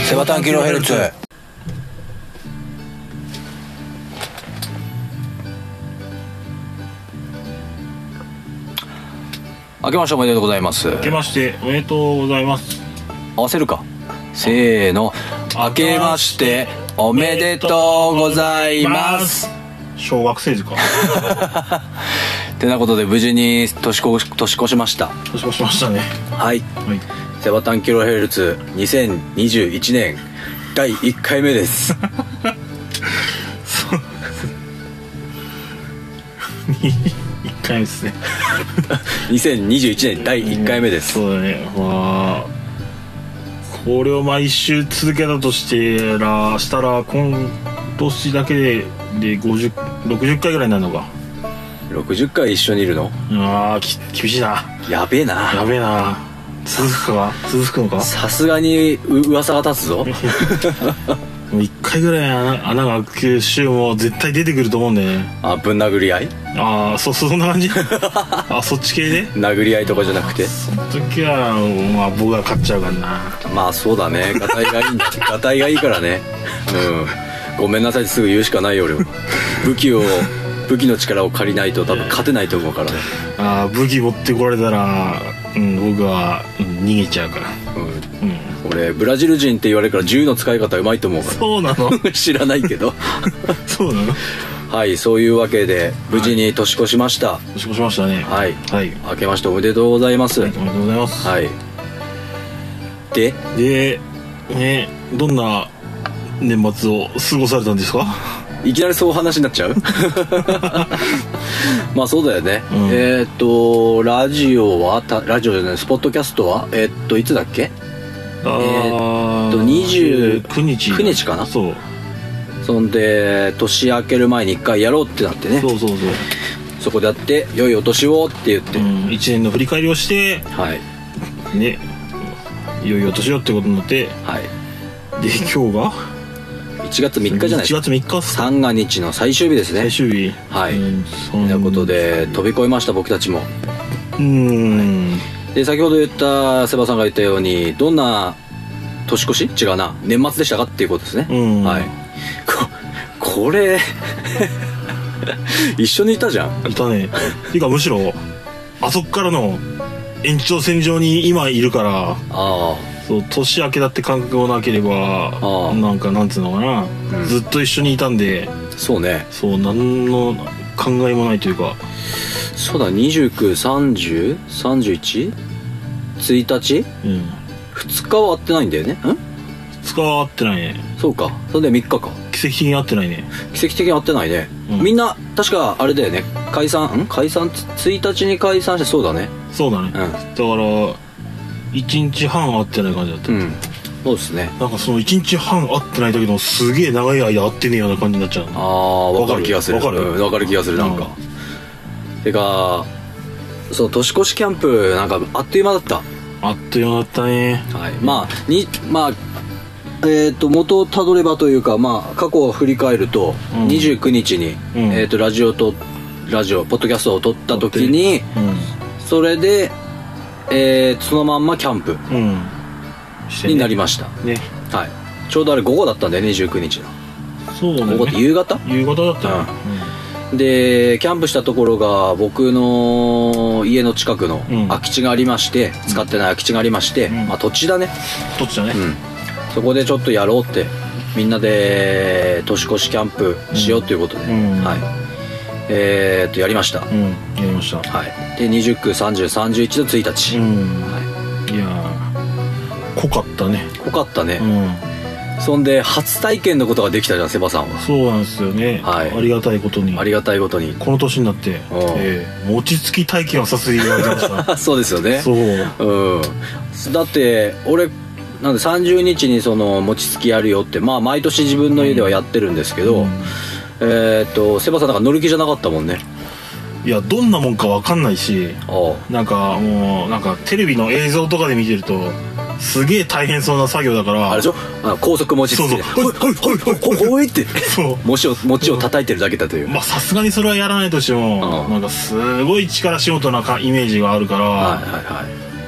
セバタンキロヘルツ。明けましておめでとうございます。 明けましておめでとうございます。 合わせるか。せーの。明けましておめでとうございます。 小学生時かてなことで無事に年越しました。 年越しましたね。 はい、 はい、 セバタンキロヘルツ2021年第1回目です 1回目ですね 2021年第1回目です。 そうだね。まあこれを毎週続けたとしたら今年だけで60回ぐらいになるのか。 60回一緒にいるの？ 厳しいな。 やべえな。 続くのか。 さすがに噂が立つぞもう1回ぐらい穴が開く週も絶対出てくると思うんだよね。 ぶん殴り合い？ そんな感じそっち系で殴り合いとかじゃなくて、 その時は僕が勝っちゃうからな。 まあそうだね。ガタイがいいんだ。ガタイがいいからね。ごめんなさいってすぐ言うしかないよ俺は。武器の力を借りないと多分勝てないと思うからね。 武器持ってこられたら、僕は、逃げちゃうから。 俺ブラジル人って言われるから銃の使い方うまいと思うから。 そうなの？ 知らないけどそうなの？ はい、そういうわけで無事に年越しました。 年越しましたね。 はい、明けましておめでとうございます。 おめでとうございます。 はい。でね、どんな年末を過ごされたんですか？ いきなりそう話になっちゃうまあそうだよね。ラジオじゃない、スポットキャストはいつだっけ？29日かな。 そう。 そんで年明ける前に1回やろうってなってね。 そうそこでやって良いお年をって言って、 1年の振り返りをして、はいね、良いお年をってことになって、はい。で今日が 1月3日じゃないですか。 1月3日三が日の最終日ですね。最終日。 はい。ということで飛び越えました僕たちも。で先ほど言ったセバさんが言ったようにどんな年越し違うな年末でしたかっていうことですね。はい。これ一緒にいたじゃん。 いたね。ていうかむしろあそこからの延長線上に今いるから。そう年明けだって感覚もなければなんつうのかな、ずっと一緒にいたんで。そうね。そう何の考えもないというか。 そうだ、293031 1日、2日は会ってないんだよね。 2日は会ってないね。 そうか。それで3日か。 奇跡的に会ってないね。 奇跡的に会ってないね。みんな確かあれだよね。解散1日に解散して。そうだね。 そうだね。だから1日半会ってない感じだった。 そうですね。 なんかその1日半会ってないだけどすげえ長い間会ってねえような感じになっちゃう。 分かる気がする。分かる気がする。なんかてかそう年越しキャンプなんかあっという間だった。あっという間だったね。はい。元をたどればというか、過去を振り返ると、29日に、ラジオポッドキャストを撮った時に、それでそのまんまキャンプになりましたね。はい。ちょうどあれ午後だったんだよね、29日の。そうだね。午後って夕方だったよ。でキャンプしたところが僕の家の近くの空き地がありまして、使ってない空き地がありまして、土地だね。そこでちょっとやろうってみんなで年越しキャンプしようということで、はい。やりました。やりました。はい。で29、30、31の1日。いや濃かったね。 濃かったね。そんで初体験のことができたじゃん、セバさんは。そうなんですよね。はい。ありがたいことにこの年になって餅つき体験をさせていただきましたそうですよね。そう。だって俺なんで30日にその餅つきやるよって毎年自分の家ではやってるんですけど、セバさんなんか乗る気じゃなかったもんね。いやどんなもんか分かんないし、なんかもうなんかテレビの映像とかで見てるとすげえ大変そうな作業だから。あれでしょ、高速餅つきでほいって餅を叩いてるだけだという。さすがにそれはやらないとしてもなんかすごい力仕事なイメージがあるから、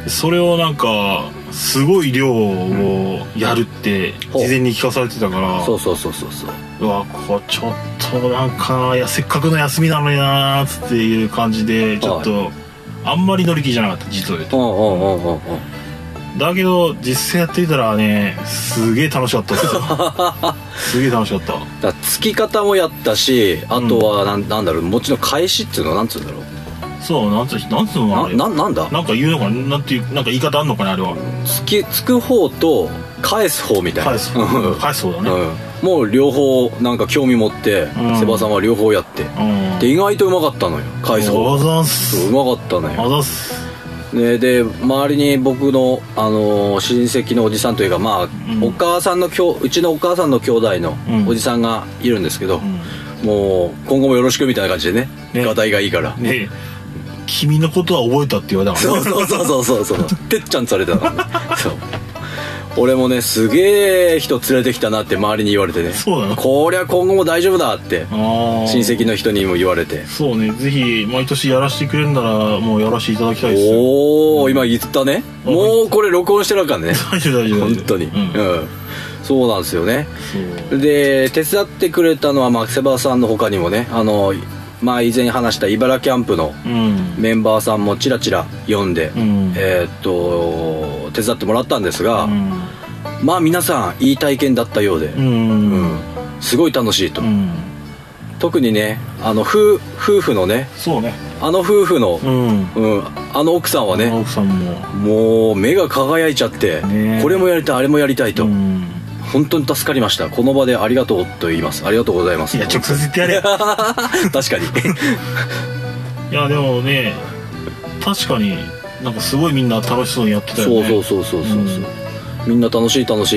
それをなんかすごい量をやるって事前に聞かされてたから、 そううわちょっとなんかせっかくの休みなのになーっていう感じでちょっとあんまり乗り気じゃなかった、実を言うと。だけど実際やってみたらね、すげえ楽しかったですよすげえ楽しかった。 だ付き方もやったし、あとはなんだろう、もちろん返しっていうのはなんつうんだろう、 そうなんつうのあれなんだなんか言うのかな、なんていうなんか言い方あんのかなあれは。 つく方と返す方みたいな。 返す方だね、 もう両方なんか興味持って、セバさんは両方やって、で意外とうまかったのよ、返す方。 あざんす。 うまかったのよ。 あざんす。 で周りに僕の、親戚のおじさんというか、まあお母さんのうちのお母さんの兄弟のおじさんがいるんですけど、もう今後もよろしくみたいな感じでね、がたいがいいからね、君のことは覚えたって言われたからね。 そうてっちゃんされたからねそう俺もね、すげえ人連れてきたなって周りに言われてね、 そうだよ、 こりゃ今後も大丈夫だって親戚の人にも言われて。 そうね、ぜひ毎年やらせてくれるならもうやらせていただきたいですよ。 おお、今言ったね。もうこれ録音してるからね大丈夫本当に、そうなんですよね。で手伝ってくれたのは、まあ、セバさんの他にもね、まあ以前話した茨キャンプのメンバーさんもちらちら読んで、手伝ってもらったんですが、まあ皆さんいい体験だったようで、すごい楽しいと、特にね、夫婦のね、 そうね、 夫婦の、奥さんはね、 奥さんもう目が輝いちゃって、これもやりたいあれもやりたいと、本当に助かりました。この場でありがとうと言います。ありがとうございます。 いや直接言ってやれ確かにいやでもね、確かになんかすごいみんな楽しそうにやってたよね。 そう、みんな楽しいって言って、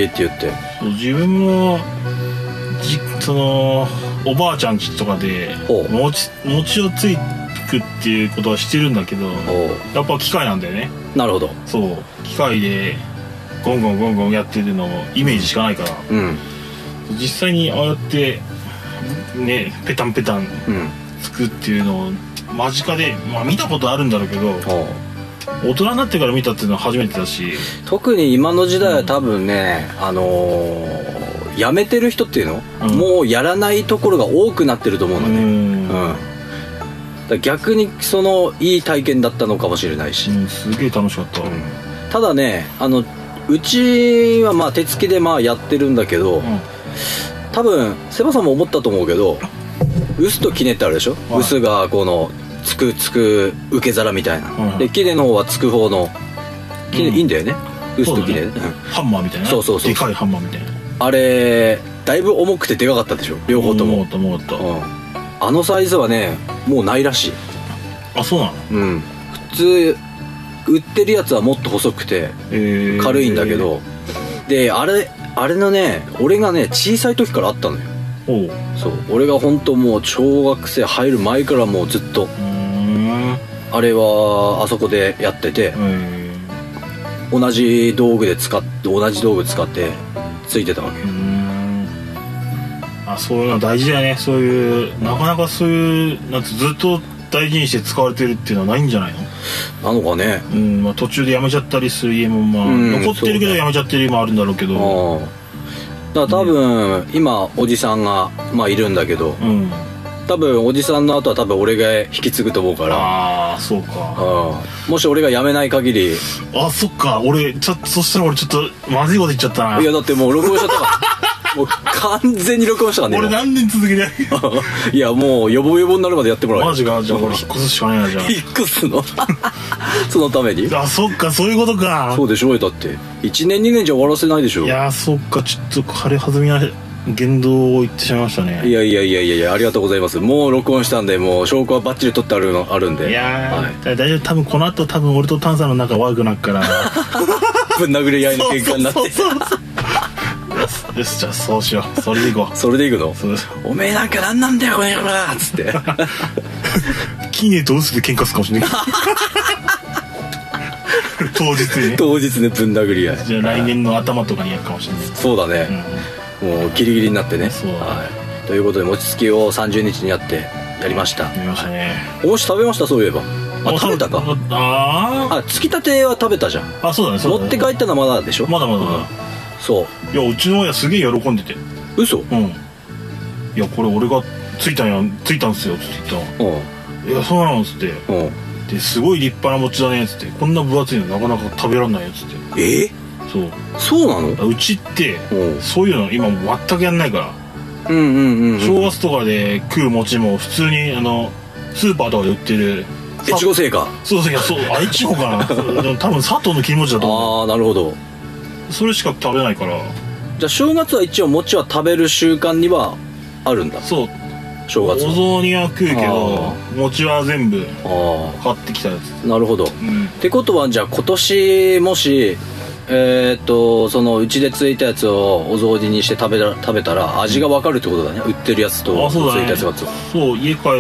自分もそのおばあちゃん家とかで餅をついくっていうことはしてるんだけど、やっぱ機械なんだよね。 なるほど。 そう機械でゴンゴンやってるのイメージしかないから、実際にああやってねペタンつくっていうのを間近で、まあ見たことあるんだろうけど、大人になってから見たっていうのは初めてだし、 特に今の時代は多分ね、やめてる人っていうの、もうやらないところが多くなってると思うのね。だ逆にそのいい体験だったのかもしれないし、 すげえ楽しかった。 ただね、うちはまあ手つきでまあやってるんだけど、多分セバさんも思ったと思うけど、臼と杵ってあるでしょ。臼がこのつく受け皿みたいな、で杵の方はつく方の杵、いいんだよね、臼と杵、 ハンマーみたいな。そうでかいハンマーみたいな。 あれだいぶ重くてでかかったでしょ、両方とも。 重かった。 あのサイズはねもうないらしい。 あ、そうなの。 普通売ってるやつはもっと細くて軽いんだけど、であれのね、俺がね小さい時からあったのよ。そう、俺が本当もう小学生入る前からもうずっとあれはあそこでやってて、同じ道具使ってついてたわけ。 そういうの大事だよね。そういうなかなかそういうなんてずっと大事にして使われてるっていうのはないんじゃないの。 なのかね。 まあ、途中でやめちゃったりする家もまあ、残ってるけどやめちゃってる家もあるんだろうけど、だから多分、今おじさんがまあいるんだけど、多分おじさんの後は多分俺が引き継ぐと思うから。 ああ、そうか。 もし俺が辞めない限り。 あ、そっか。そしたら俺ちょっとまずいこと言っちゃったな。 いやだってもう録音しちゃったからもう完全に録音したからね。 俺何年続けてやるいやもうヨボヨボになるまでやってもらうよ。 マジか。じゃあ俺引っ越すしかないな。じゃあ引っ越すのそのために。 あ、そっか、そういうことか。 そうでしょうよ。だって1年2年じゃ終わらせないでしょ。 いやそっか、ちょっと軽はずみな言動を言ってしまいましたね。 いやありがとうございます。もう録音したんで、もう証拠はバッチリ取ってあるんで。 いや大丈夫。多分この後俺と炭酸の仲悪くなるからぶん殴り合いの喧嘩になってよし、じゃあそうしよう。それでいこう。 それでいくの。おめえなんかなんなんだよこの野郎っつってキネと臼で喧嘩するかもしれない当日ねぶん殴り合い。 じゃあ来年の頭とかにやるかもしれない。 そうだね、もうギリギリになってね。ということで餅つきを30日にやりました。 やりましたね。 お餅食べました。そういえば食べたか。つきたては食べたじゃん。 そうだね。 持って帰ったのはまだでしょ。 まだまだ。 そう。 いや、うちの親すげえ喜んでて。 嘘。 いや、これ俺がついたんすよって言ったの。いや、そうなのっつって。ですごい立派な餅だねっつって。こんな分厚いのなかなか食べらんないよっつって。 そうなの。 うちってそういうの今も全くやんないから。正月とかで食う餅も普通にスーパーとかで売ってる越後製菓。 そう越後かな。多分佐藤の切り餅だと思う。 なるほど。 それしか食べないから。 じゃあ正月は一応餅は食べる習慣にはあるんだ。 そう、 正月お雑煮は食うけど餅は全部買ってきたやつ。 なるほど。ってことはじゃあ今年もしそのうちでついたやつをお雑煮にして食べたら味が分かるってことだね。売ってるやつとついたやつが。 そう、家帰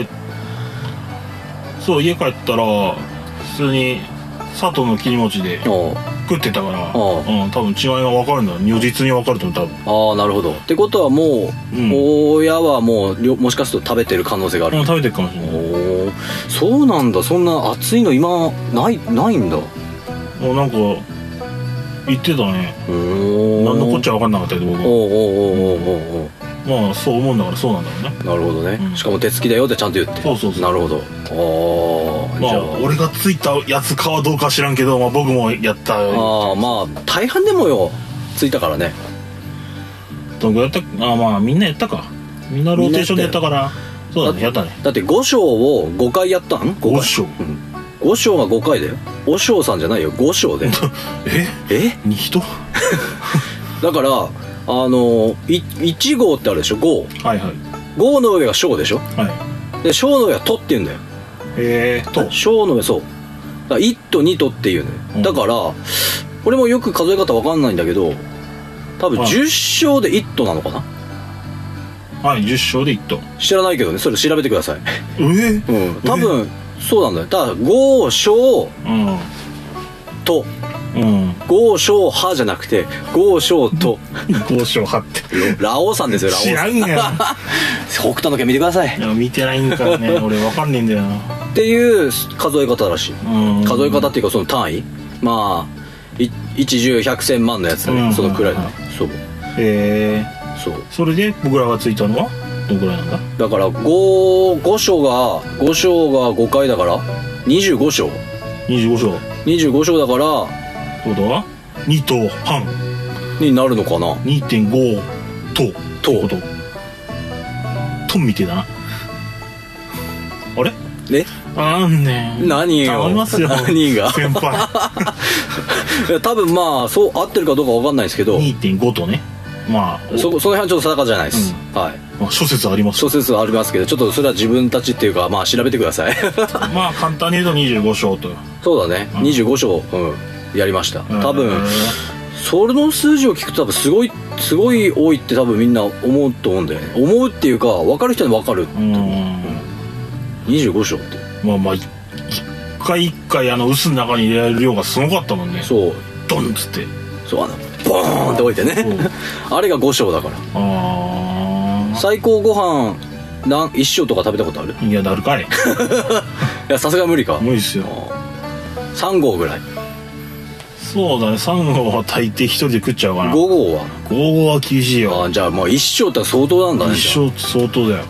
ったら普通に佐藤の切り餅で食ってたから多分違いが分かるんだ。如実に分かると思う多分。 なるほど。ってことはもう、親はもしかすると食べてる可能性がある。 食べてるかもしれない。 そうなんだ。そんな熱いの今ないんだ。 なんか言ってたね。何のこっちゃ分かんなかったけど僕は。まあそう思うんだからそうなんだろうね。 なるほどね。しかも手つきだよってちゃんと言って。そう。なるほど。 まあ俺がついたやつかはどうか知らんけど、僕もやったよ。 まあ大半でもよついたからね。 どんぐらいやった。まあみんなやったか。みんなローテーションでやったから。そうだね、やったね。 だって5章を5回やったん。 5章。 5章が5回だよ。お章さんじゃないよ、5章で。 に人だから1号ってあるでしょ。5。5の上が章でしょ。で章の上はとって言うんだよ。章の上。そうだから1と2とっていうね。だから俺もよく数え方わかんないんだけど、多分10章で1となのかな。 10章で1と。 知らないけどね、それ調べてください。多分そうなんだよ。ただ5章と5章派じゃなくて5章と 5章派ってラオウさんですよ。ラオウさん知らんが北斗の拳見てください。 見てないんからね。俺分かんねえんだよなっていう数え方らしい。数え方っていうかその単位、まあ1、10、100、1000万のやつだね。そのくらいだね。そう。 それで僕らがついたのはどのくらいなんだ。 だから5章が5回だから25章25章だからそうだ2と半になるのかな。 2.5 とトンみてえだな。あれ何よ頼みますよ。 何が先輩多分まあそう合ってるかどうか分かんないですけど 2.5 とね。まあその辺はちょっと定かじゃないです。 諸説あります。 諸説ありますけど、ちょっとそれは自分たちっていうかまあ調べてください。 まあ簡単に言うと25章と。 そうだね、25章やりました。多分それの数字を聞くと多分すごい多いって多分みんな思うと思うんだよね。思うっていうか分かる人に分かる。25章ってまあ一回一回臼の中に入れられる量がすごかったもんね。 そうドンっつって。 そうボーンって置いてね。あれが5章だから。最高ご飯1升とか食べたことある？ いや、なるかい。いや、さすが無理か。 無理っすよ。 3合ぐらい。 そうだね、3合は大抵一人で食っちゃうかな。 5合は 5合は厳しいよ。 じゃあまあ1升って相当なんだね。 1升って相当だよ。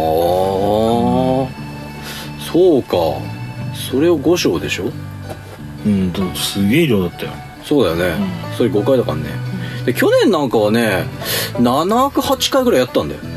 そうか。それを5升でしょ。 すげえ量だったよ。 そうだよね、それ5回だからね。で去年なんかはね7か8回ぐらいやったんだよ。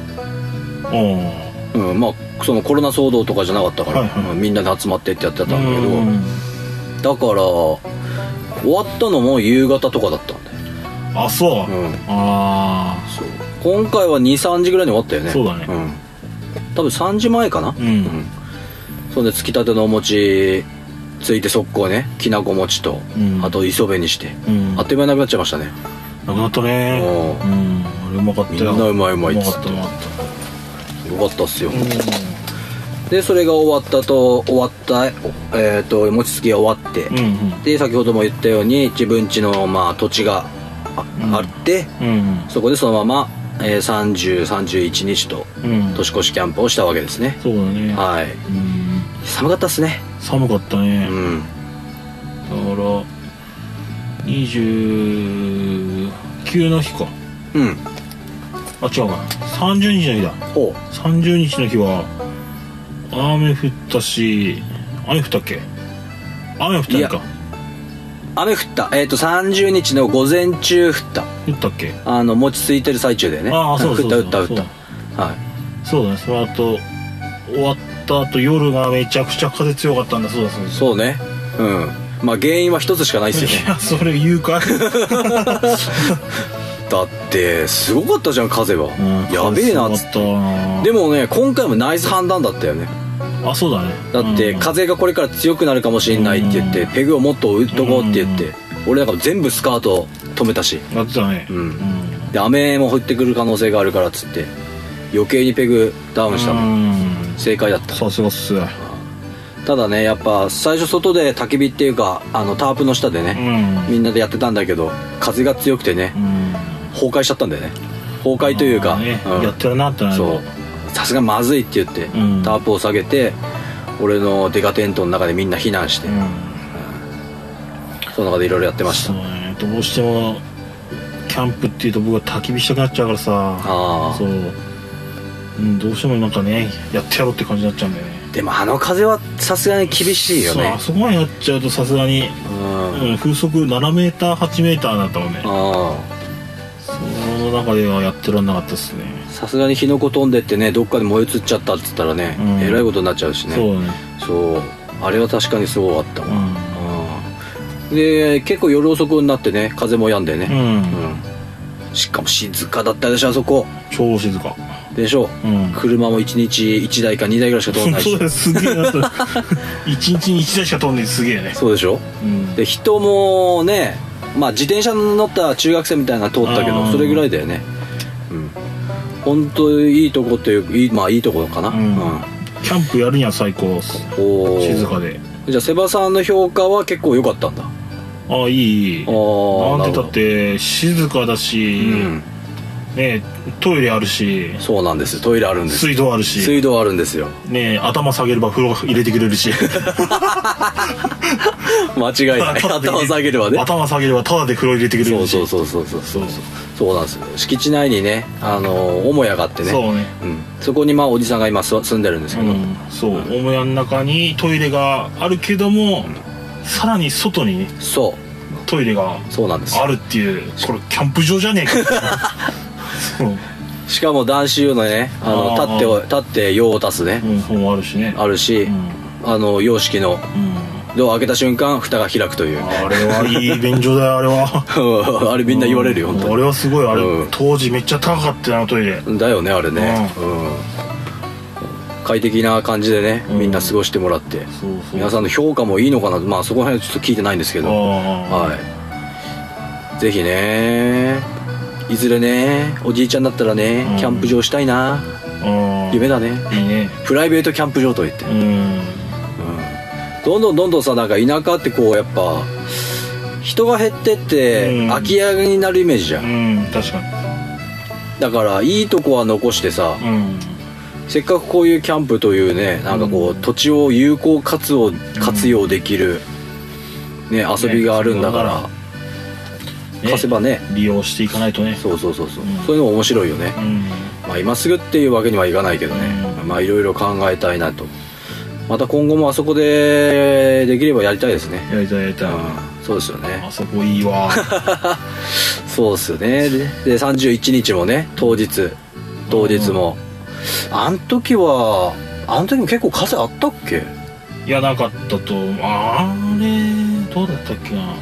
まあそのコロナ騒動とかじゃなかったから、みんなで集まってってやってたんだけど、だから終わったのも夕方とかだったんだよ。 そう。 そう今回は 2,3 時ぐらいに終わったよね。 そうだね。 多分3時前かな。それでつきたてのお餅ついて速攻ね、きなこ餅と、あと磯辺にして、あっという間になくなっちゃいましたね。 なくなったね。あれうまかったよ。 みんなうまいっつってよかったっすよ。でそれが終わった餅つきが終わって、で先ほども言ったように自分家のまあ土地があって、そこでそのまま30、31日と年越しキャンプをしたわけですね。 そうだね。 寒かったっすね。 寒かったね。 うん。 だから29の日か。 うん。 あ、違うかな。30日の日だ。 ほう。 30日の日は雨降ったし、雨降ったっけ？雨降ったのか。 雨降った。30日の午前中降った。 降ったっけ？ 餅ついてる最中でね。 ああ、そうそうそう。 降った。はい。 そうだね。その後終わった後夜がめちゃくちゃ風強かったんだ。そうだそうだ。 そうね。うん。まあ原因は一つしかないですよね。 いや、それ言うかい。 だってすごかったじゃん風は、やべえなっつって。でもね今回もナイス判断だったよね。 あ、そうだね。 だって風がこれから強くなるかもしれないって言ってペグをもっと打っとこうって言って俺だから全部スカート止めたしやってたね。 で雨も降ってくる可能性があるからっつって余計にペグダウンしたもん。正解だった。 さすがっす。 ただねやっぱ最初外で焚き火っていうかタープの下でねみんなでやってたんだけど風が強くてね崩壊しちゃったんだよね。崩壊というか、 やってるなってなる。 そうさすがまずいって言って、タープを下げて俺のデカテントの中でみんな避難して、その中でいろいろやってました。 そうね、どうしてもキャンプっていうと僕は焚き火したくなっちゃうからさ。そう、どうしてもなんかねやってやろうって感じになっちゃうんだよね。 でも風はさすがに厳しいよね。 あそこまでやっちゃうとさすがに、風速7メーター8メーターだったもんね。その中ではやってらんなかったですね。 さすがに火の粉飛んでってねどっかで燃え移っちゃったっつったらね、えらいことになっちゃうしね。 そうね。 そうあれは確かにすごかったわ。で結構夜遅くになってね風も止んでね、しかも静かだったでしょあそこ。 超静かでしょ、車も1日1台か2台ぐらいしか通んないし。 そうだよ、すげえな。1日に1台しか通んない。すげえね。 そうでしょ、で人もねまあ自転車に乗った中学生みたいなの通ったけどそれぐらいだよね。本当いいとこっていうまあいいとこかな。 キャンプやるには最高。静かで。じゃあセバさんの評価は結構良かったんだ。 ああ、いい。なんてだって静かだし、ね、トイレあるし。 そうなんですよ、トイレあるんです。 水道あるし。 水道あるんですよね。頭下げれば風呂入れてくれるし。 間違いない。頭下げればね。 頭下げればタダで風呂入れてくれるし。 そうなんですよ。敷地内にね母屋があってね。 そうね。 そこにまあおじさんが今住んでるんですけど、 そう母屋の中にトイレがあるけども、さらに外にねトイレがあるっていう、これキャンプ場じゃねえか。 しかも男子用のね立って用を足すねもあるしね。 あるし、洋式のドア開けた瞬間蓋が開くという。 あれはいい便所だよあれは。 あれみんな言われるよ。 あれはすごい。あれ当時めっちゃ高かったよトイレだよねあれね。快適な感じでねみんな過ごしてもらって、皆さんの評価もいいのかな。まあそこら辺はちょっと聞いてないんですけど、ぜひねいずれねおじいちゃんだったらねキャンプ場したいな。夢だね。いいね。プライベートキャンプ場といって、どんどんさなんか田舎ってこうやっぱ人が減ってって空き家になるイメージじゃん。 確かに。 だからいいとこは残してさ、せっかくこういうキャンプというねなんかこう土地を有効活用できるね遊びがあるんだから貸せばね利用していかないとね。 そうそういうのも面白いよね。まあ今すぐっていうわけにはいかないけどね、まあいろいろ考えたいなと。また今後もあそこでできればやりたいですね。 やりたい。 そうですよね。 あそこいいわ。 そうですよね。で31日もね当日もあん時も結構風あったっけ？ いやなかったと。あれどうだったっけな。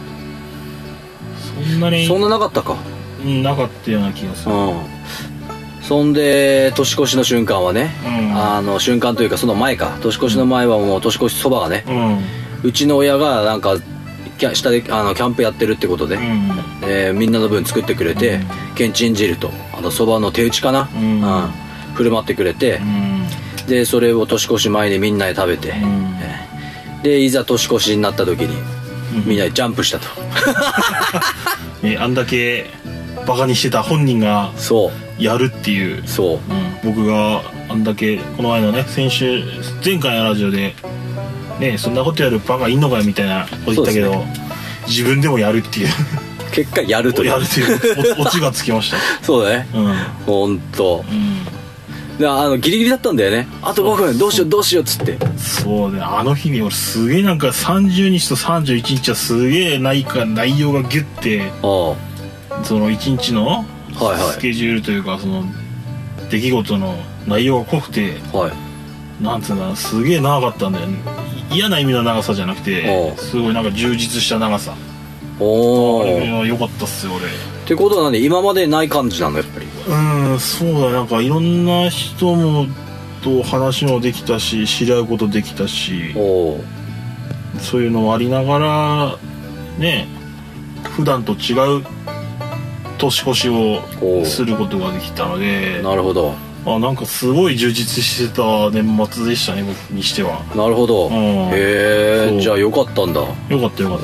そんななかったか。なかったような気がする。 そんで年越しの瞬間はね、瞬間というかその前か、年越しの前はもう年越しそばがね、うちの親がなんか下でキャンプやってるってことで、みんなの分作ってくれて、けんちん汁とそばの手打ちかな、振る舞ってくれて、でそれを年越し前にみんなで食べて、でいざ年越しになった時にみんなでジャンプしたと。 あんだけバカにしてた本人がやるっていう。僕があんだけこの前のね前回のラジオでねそんなことやるバカいんのかよみたいなこと言ったけど、ね、自分でもやるっていう結果やるというオチがつきましたそうだね、ほんと、ギリギリだったんだよね。あと5分どうしようどうしようっつって。そうね、 あの日に俺すげえなんか30日と31日はすげえ内容がギュッて、その1日のスケジュールというかその出来事の内容が濃くて、なんつうんだすげえ長かったんだよね。嫌な意味の長さじゃなくてすごいなんか充実した長さ。あれは良かったっすよ俺。 ってことはなんで今までない感じなのやっぱり。 そうだ、なんかいろんな人もと話もできたし知り合うことできたし、そういうのもありながらね普段と違う年越しをすることができたので。 なるほど。 なんかすごい充実してた年末でしたね僕にしては。 なるほど。へえ、じゃあよかったんだ。 よかったよかった。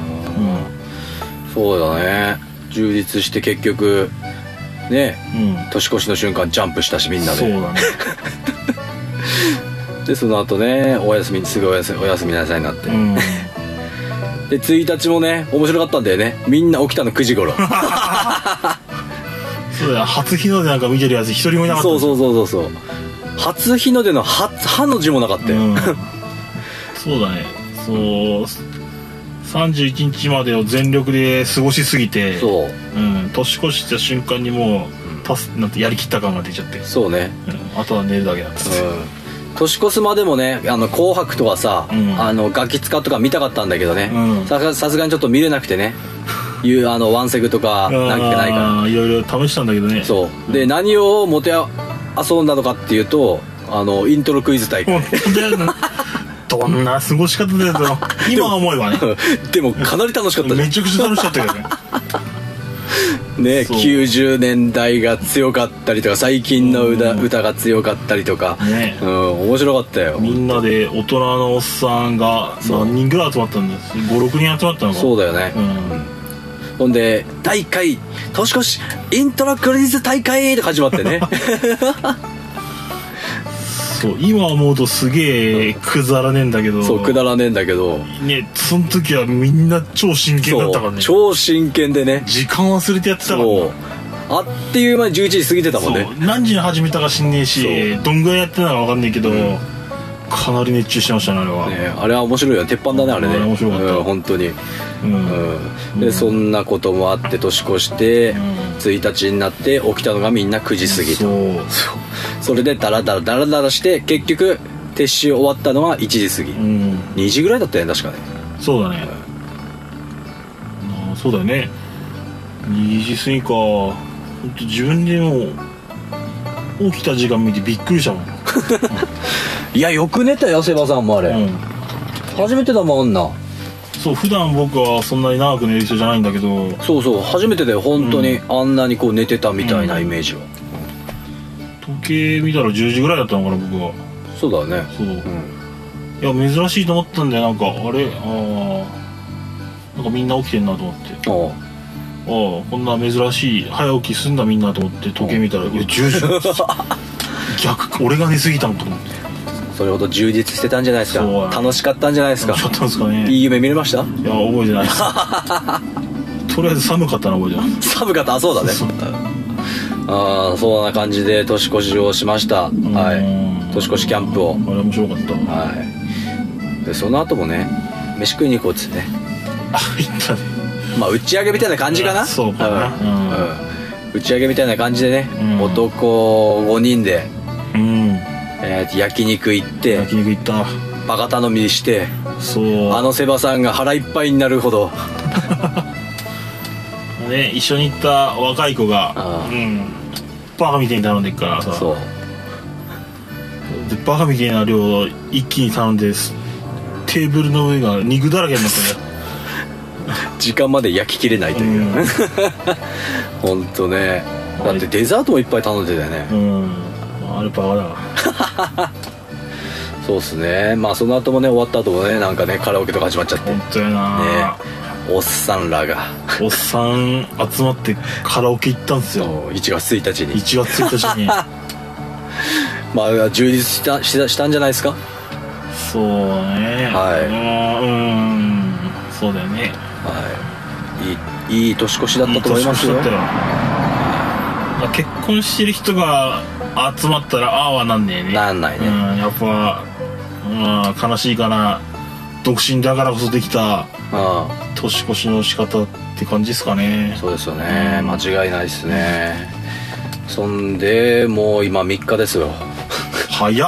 そうだね、充実して結局ね、年越しの瞬間ジャンプしたしみんなで。 そうだねでその後ねすぐお休みなさいになって、で1日もね面白かったんだよね。みんな起きたの9時頃そうだよ、初日の出なんか見てるやつ一人もいなかった。 そう初日の出の歯の字もなかったよ、 そうだね。そう31日までを全力で過ごしすぎて、年越した瞬間にもうなんてやりきった感が出ちゃって。 そうね、 あとは寝るだけだっつって、 年越すまでもね紅白とかさ、ガキ使とか見たかったんだけどね、さすがにちょっと見れなくてねワンセグとかなんかないからいろいろ試したんだけどね。 そうで、何をもて遊んだのかっていうとイントロクイズ大会どんな過ごし方だよ今思えばねでもかなり楽しかった。 めちゃくちゃ楽しかったけどねね、90年代が強かったりとか最近の歌が強かったりとか、面白かったよ。 みんなで大人のおっさんが何人ぐらい集まったんです。5、6人集まったのか。 そうだよね、ほんで第1回年越しイントロクイズ大会って始まってねそう今思うとすげえくだらねえんだけど。 そうくだらねえんだけどね、その時はみんな超真剣だったからね。 超真剣でね、 時間忘れてやってたからね。 あっていう間に11時過ぎてたもんね。 何時に始めたか知んねえしどんぐらいやってたのか分かんねえけど、かなり熱中してましたねあれは。 あれは面白いよ、鉄板だねあれね。 面白かった、 本当に。でそんなこともあって年越して1日になって起きたのがみんな9時過ぎと。それでダラダラして結局撤収終わったのは1時過ぎ、2時ぐらいだったよね確かね。 そうだね、そうだよね、2時過ぎか。本当自分でも起きた時間見てびっくりしたもんいやよく寝たよセバさんもあれ、初めてだもんな。 そう普段僕はそんなに長く寝る人じゃないんだけど、 そう初めてだよ本当に、あんなにこう寝てたみたいなイメージは。 時計見たら10時ぐらいだったのかな僕は。 そうだね。 そう、いや珍しいと思ったんだよ。なんかあれなんかみんな起きてんなと思って、こんな珍しい早起きすんだみんなと思って時計見たら10時逆俺が寝すぎたのと思って。 それほど充実してたんじゃないですか。楽しかったんじゃないですか。 楽しかったんですかね。 いい夢見れました？いや覚えてないですとりあえず寒かったな覚えてない。 寒かった。そうだね。そんな感じで年越しをしました。年越しキャンプを。 あれ面白かった。 でその後もね飯食いに行こうっつってね。 行ったね。 まあ打ち上げみたいな感じかな。 そうかな。 打ち上げみたいな感じでね、男5人で焼肉行ってバカ頼みして、セバさんが腹いっぱいになるほどね、一緒に行った若い子がバカみたいに頼んでっからさ。そうでバカみたいな量を一気に頼んでテーブルの上が肉だらけになったね時間まで焼ききれないという、ほんとね。だってデザートもいっぱい頼んでたよね。 あれバカだそうっすね。まあその後もね終わった後もねなんかねカラオケとか始まっちゃって。 ほんとやなね、 おっさんらがおっさん集まってカラオケ行ったんですよ。 1月1日に 1月1日にまあ充実したんじゃないですか。 そうね。そうだよね。 いい年越しだったと思いますよ。 いい年越しだったよ。結婚してる人が集まったらああはなんねえね。 なんないね。 やっぱ悲しいかな。独身だからこそできた年越しの仕方って感じですかね。 そうですよね、間違いないですね。そんでもう今3日ですよ。 早っ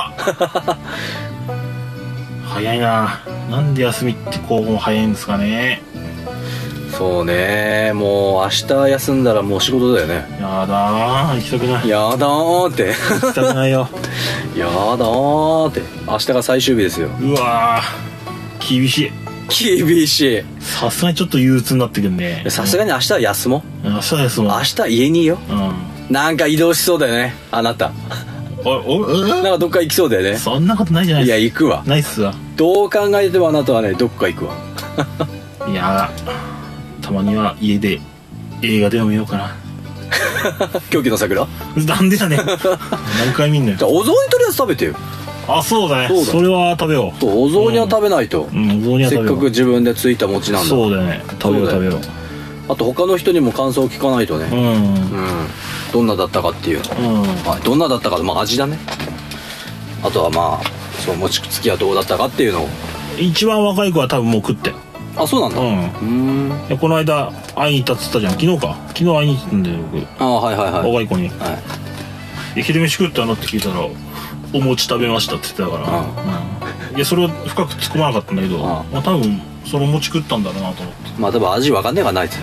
早いな。なんで休みってこう早いんですかね。 そうね、もう明日休んだらもう仕事だよね。 やだー、行きたくない。 やだーって行きたくないよやだーって。明日が最終日ですよ。 うわー、厳しい。 厳しい。 さすがにちょっと憂鬱になってくるね。 さすがに明日は休もう。 明日は休もう。 明日家にいよ。なんか移動しそうだよね、あなた。なんかどっか行きそうだよね。 そんなことないじゃないですか。 いや、行くわ。 ないっすわ。 どう考えてもあなたはね、どっか行くわ。 いや、たまには家で映画でも見ようかな。 狂気の桜。 なんでだね何回見んのよ。 じゃあお雑煮とりあえず食べてよ。 あ、そうだね。それは食べよう。 そう、お雑煮は食べないと。 お雑煮は食べよう。 せっかく自分でついた餅なんだ。 そうだね。食べよう食べよう。 あと他の人にも感想を聞かないとね。どんなだったかっていうの。どんなだったか、まあ味だね。あとはまあそう餅つきはどうだったかっていうのを。 一番若い子は多分もう食って。 あ、そうなんだ。 この間会いに行ったっつったじゃん。昨日会いに行ったんだよ僕。 はいはいはい。 若い子に。昼飯食ったのって聞いたらお餅食べましたって言ってたから。いや、それを深く突っ込まなかったんだけど、まあ多分その餅食ったんだろうなと思って。 まあ多分味わかんねえがないって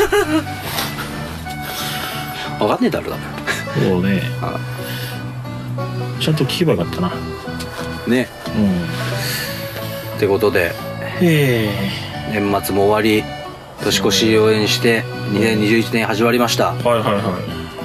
わかんねえだろだからそうね。ちゃんと聞けばよかったなね。ってことで年末も終わり、年越しを応援して2021年始まりました。 はいはいはい。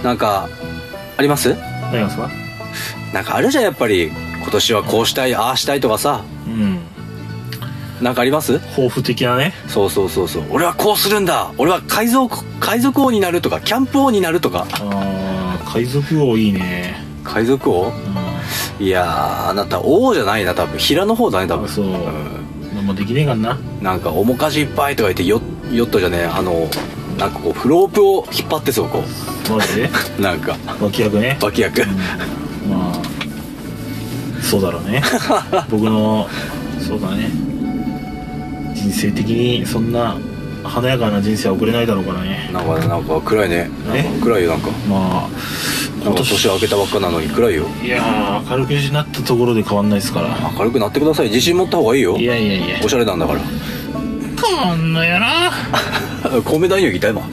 なんかあります？ 何ですか？ なんかあるじゃん、やっぱり今年はこうしたい、ああしたいとかさ。なんかあります？ 抱負的なね。 そう俺はこうするんだ、俺は海賊王になるとか、キャンプ王になるとか。 海賊王いいね。 海賊王？いやー、あなた王じゃないな、多分平の方だね、多分。 そう、もうできねえかんな。 なんか面かじいっぱいとか言ってヨットじゃねえ、なんかこうフロープを引っ張ってそう、こうマジでなんか脇役ね。 脇役、 まあそうだろうね僕のそうだね、人生的にそんな華やかな人生は送れないだろうからね。 なんか暗いね。暗いよ。なんかまあ年明けたばっかなのに暗いよ。いやー、明るくなったところで変わんないですから。 明るくなってください。自信持った方がいいよ。 いやおしゃれなんだから変わんないやな米男優いた今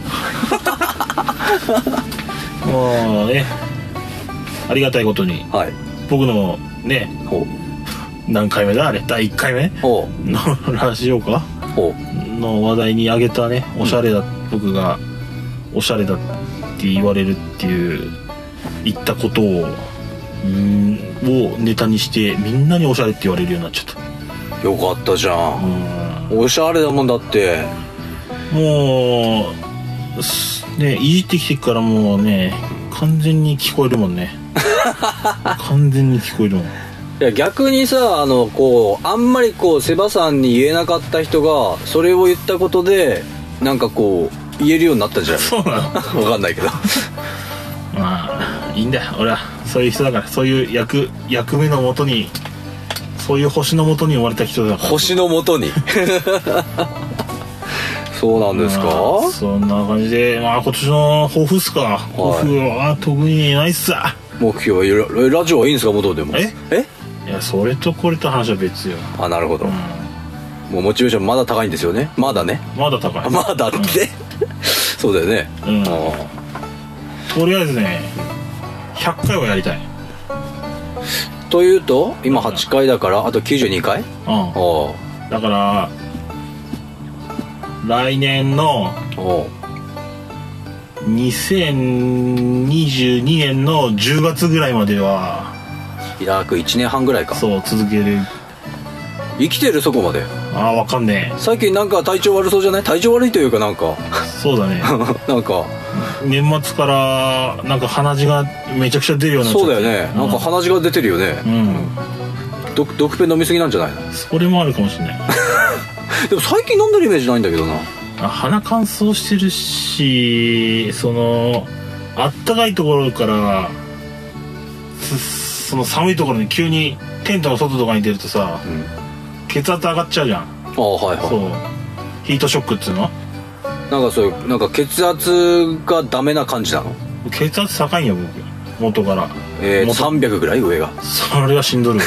もうね、ありがたいことに、僕のね、何回目だあれ、第1回目のラジオかの話題に挙げたね、おしゃれだ、僕がおしゃれだって言われるっていう言ったことをネタにしてみんなにおしゃれって言われるようになっちゃった。 よかったじゃん。おしゃれだもんだって。もうね、いじってきてからもうね、完全に聞こえるもんね完全に聞こえるもん。 いや、逆にさ、こうあんまりこうセバさんに言えなかった人がそれを言ったことでなんかこう言えるようになったじゃん。 そうなの分かんないけどまあいいんだよ、俺はそういう人だから。そういう役目のもとに、そういう星のもとに生まれた人だから。 星のもとにそうなんですか。 そんな感じで、まあ今年の抱負っすか。抱負は特にないっすわ。 目標はラジオはいいんですか、元でも。いや、それとこれと話は別よ。 なるほど。もうモチベーションまだ高いんですよね。まだね。 まだ高い。 まだってそうだよね。 とりあえずね、100回はやりたい。 というと今8回だからあと92回。 だから来年の2022年の10月ぐらいまでは約1年半ぐらいか。 そう続ける。 生きてる？そこまで。 わかんねえ。 最近なんか体調悪そうじゃない？体調悪いというかなんかそうだねなんか年末からなんか鼻血がめちゃくちゃ出るようになっちゃって。 そうだよね、なんか鼻血が出てるよね。 毒ペン飲みすぎなんじゃないの？ それもあるかもしれないでも最近飲んでるイメージないんだけどな。 鼻乾燥してるし、あったかいところからその寒いところに急にテントの外とかに出るとさ、血圧上がっちゃうじゃん。 はいはい。 そう、ヒートショックっつうの。 なんかそういうなんか血圧がダメな感じなの？ 血圧高いんや僕元から。 300ぐらい上が。 それはしんどる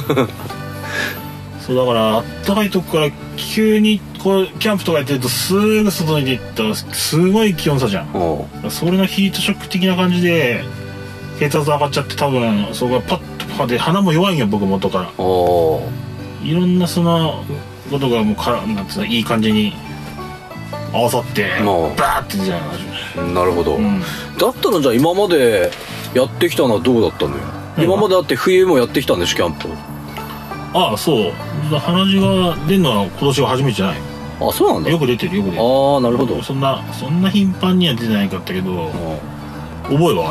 そうだからあったかいとこから急にこうキャンプとかやってるとすぐ外に出たらすごい気温差じゃん。それのヒートショック的な感じで血圧上がっちゃって、多分そこがパッとパッで鼻も弱いんよ僕元から。いろんなそのことがもうなんつうの、いい感じに合わさってバーってじゃん。 なるほど、だったらじゃあ今までやってきたのはどうだったんだよ。今までだって冬もやってきたんでしょキャンプ。 ああそう、鼻血が出るのは今年は初めてじゃない。 あ、そうなんだ。 よく出てる。ああ、なるほど。 そんな頻繁には出てないかったけど覚えは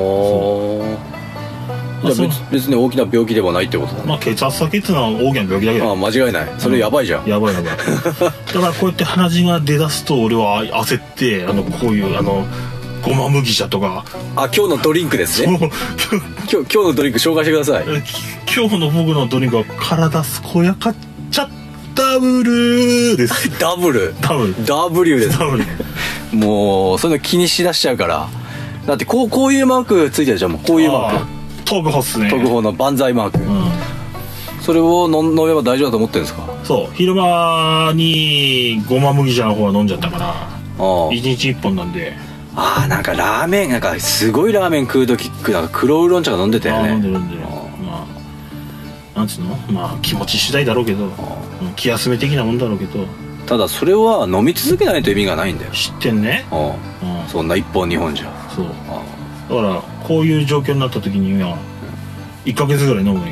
ある。 じゃあ別に大きな病気ではないってことだね。 まあ血圧下げっていうのは大きな病気だけど。 間違いない。それやばいじゃん。 やばいだからこうやって鼻血が出だすと俺は焦ってこういうごま麦茶とか。 今日のドリンクですね。今日のドリンク紹介してください。 今日の僕のドリンクは体健やか茶ダブルです。 ダブル W です。もうそういうの気にしだしちゃうから。だってこういうマークついてるじゃん。もうこういうマーク。 特報っすね。 特報の万歳マーク。それを飲めば大丈夫だと思ってるんですか？そう、 昼間にごま麦茶の方は飲んじゃったから1日1本なんで。 なんかラーメン、なんかすごいラーメン食う時なんか黒ウーロン茶が飲んでたよね。 飲んでる。なんつうの、気持ち次第だろうけど、気休め的なもんだろうけど、 ただそれは飲み続けないと意味がないんだよ。 知ってんね。 そんな1本2本じゃ。 そうだからこういう状況になった時には1ヶ月ぐらい飲むん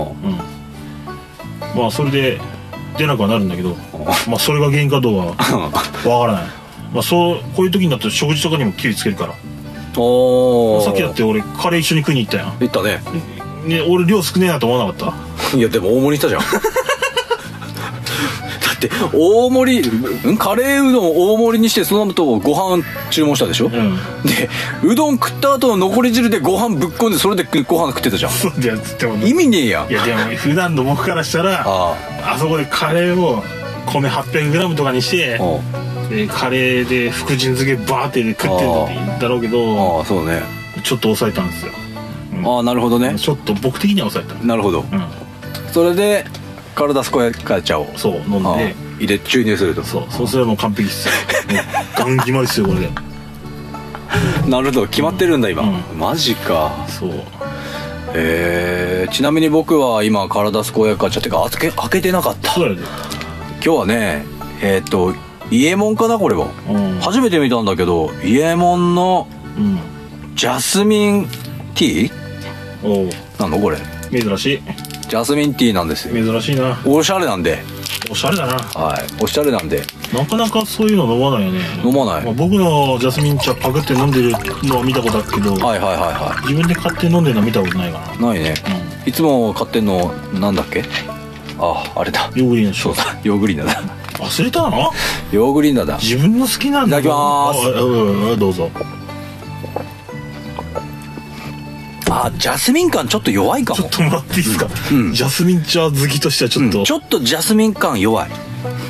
よ。それで出なくはなるんだけど、それが原因かどうかはわからない。こういう時になったら食事とかにも気をつけるから。さっきだって俺カレー一緒に食いに行ったやん。 行ったね。 俺量少ねえなと思わなかった？いやでも大盛りしたじゃんだって大盛りカレーうどん大盛りにして、その後ご飯注文したでしょ、でうどん食った後の残り汁でご飯ぶっこんで、それでご飯食ってたじゃん。 そうだよ。つっても意味ねえや。 いやでも普段の僕からしたらあそこでカレーを米 800g とかにしてカレーで福神漬けバーって食ってるんだろうけど、 そうね、 ちょっと抑えたんですよ。 なるほどね。 ちょっと僕的には抑えた。 なるほど、それで体健やか茶を飲んで入れ注入すると。 そうすればもう完璧っすよガン決まりっすよこれでなるほど、決まってるんだ今。マジか。 そうちなみに僕は今体健やか茶ってか開けてなかった。 そうやで。 今日はね伊右衛門かなこれは、初めて見たんだけど、伊右衛門のジャスミンティーなのこれ。 珍しい。 ジャスミンティーなんですよ。 珍しいな。 おしゃれなんで。 おしゃれだな。 おしゃれなんでなかなかそういうの飲まないよね。 飲まない。 僕のジャスミン茶パクって飲んでるのは見たことあるけど、自分で買って飲んでるのは見たことないかな。 ないね、いつも買ってんのなんだっけ。あれだ、 ヨーグリーナ。そうだ、ヨーグリーナだ。 忘れたの？ ヨーグリーナだ。 自分の好きなんだ。 いただきまーす。どうぞ。 ジャスミン感ちょっと弱いかも。 ちょっと待っていいですか、ジャスミン茶好きとしてはちょっと、 ジャスミン感弱い。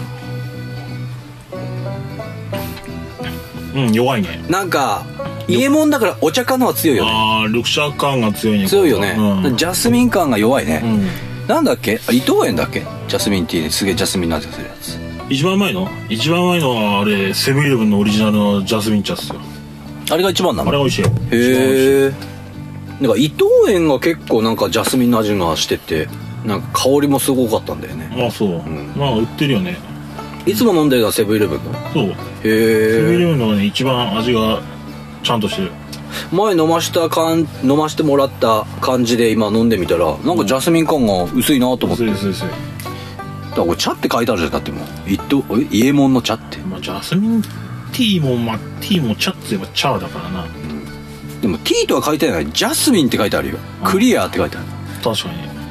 弱いね。 なんか伊右衛門だからお茶感のは強いよね。 緑茶感が強いね。 強いよね、ジャスミン感が弱いね、なんだっけ、伊藤園だっけ、ジャスミンティーですげえジャスミンの味がするやつ。 一番前のはあれセブンイレブンのオリジナルのジャスミン茶っすよ。 あれが一番なの？ あれが美味しい。 へえ。なんか伊藤園が結構なんかジャスミンの味がしてて、なんか香りもすごかったんだよね。 そう、売ってるよね。 いつも飲んでるのはセブンイレブンの。 そう。 へえ。 セブンイレブンのがね一番味がちゃんとしてる。 前飲ましてもらった感じで今飲んでみたらなんかジャスミン感が薄いなと思って。 薄い。 だからこれ茶って書いてあるじゃん。だってもう伊右衛門の茶って、 ジャスミンティーも茶って言えば茶だからな。でもティーとは書いてない。ジャスミンって書いてあるよ。クリアって書いてある。 確かに。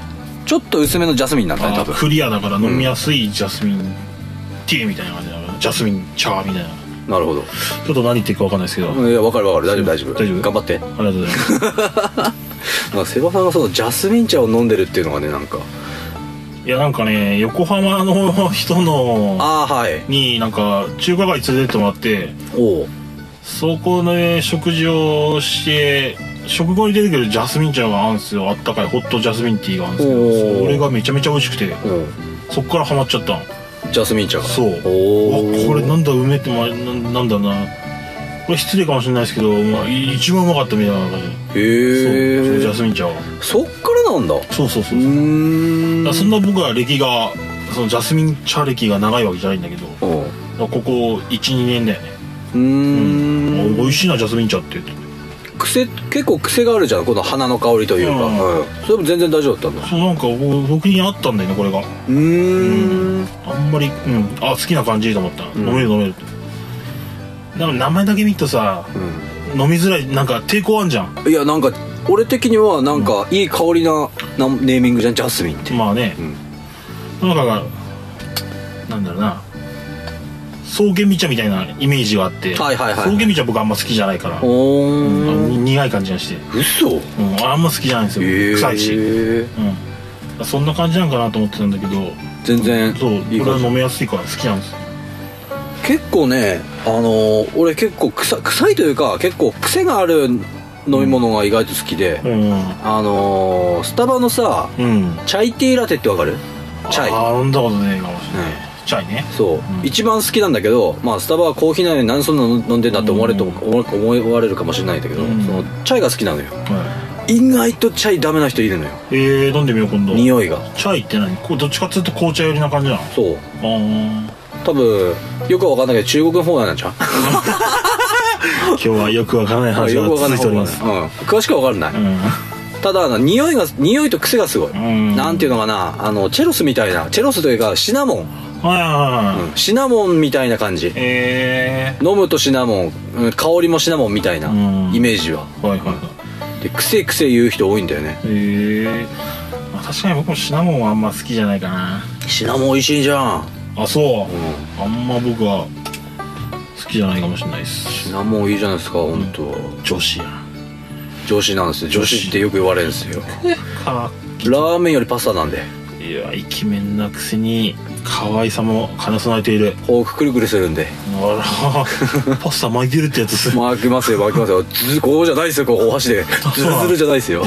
ちょっと薄めのジャスミンなんだね多分。 クリアだから飲みやすいジャスミンティーみたいな感じだから、ジャスミン茶みたいな。 なるほど。 ちょっと何言ってるか分かんないですけど。 いや分かる大丈夫頑張って。 ありがとうございますセバさんがそのジャスミン茶を飲んでるっていうのがね、なんかいやなんかね、横浜の人のになんか中華街連れてってもらって、そこで食事をして食後に出てくるジャスミン茶があるんですよ。あったかいホットジャスミンティーがあるんですけど、それがめちゃめちゃ美味しくて、そこからハマっちゃったの、 ジャスミン茶が。 そう、これなんだ梅って、なんだな、これ失礼かもしれないですけど、一番うまかったみたいな感じ。へえ。ジャスミン茶はそっからなんだ。そう。そんな僕は歴がそのジャスミン茶歴が長いわけじゃないんだけど、ここ 1,2 年だよね。美味しいなジャスミン茶って言って。結構癖があるじゃん、この花の香りというか。それも全然大丈夫だったんだ。そうなんか僕にあったんだよねこれが。あんまり好きな感じと思った。飲めるでも名前だけ見るとさ、飲みづらい、なんか抵抗あんじゃん。いやなんか俺的にはなんかいい香りなネーミングじゃん、ジャスミンって。まあね、なんかなんだろうな、草原美茶みたいなイメージがあって、草原美茶僕あんま好きじゃないから、苦い感じがして。嘘。あんま好きじゃないんですよ、臭いし。そんな感じなんかなと思ってたんだけど、全然そう、これは飲めやすいから好きなんですよ。結構ね、俺結構臭いというか結構癖がある飲み物が意外と好きで、スタバのさ、チャイティーラテってわかる？チャイ。飲んだことねえかもしれない。チャイね。そう、一番好きなんだけど、まあスタバはコーヒーなのに何そんなの飲んでんだって思われるかもしれないんだけど、そのチャイが好きなのよ。意外とチャイダメな人いるのよ。飲んでみよう今度。匂いが。チャイって何？どっちかっていうと紅茶寄りな感じなの？そう。多分よくわかんないけど中国の方なんちゃう。今日はよくわからない話が続いております。詳しくはわからない。ただ匂いと癖がすごい。なんていうのかな、チェロスみたいな、チェロスというかシナモン。シナモンみたいな感じ。飲むとシナモン、香りもシナモンみたいなイメージは。で癖言う人多いんだよね。確かに僕もシナモンはあんま好きじゃないかな。シナモン美味しいじゃん。あ、そう、あんま僕は好きじゃないかもしれないです。シナモンいいじゃないですか、本当。女子やん。女子なんですよ。女子ってよく言われるんですよ。ラーメンよりパスタなんで。いや、イケメンなくせに可愛さも兼ね備えている。フォークくるくるするんで。あら、パスタ巻いてるってやつす。巻きますよ。こうじゃないですよ、こうお箸でズルズルじゃないですよ。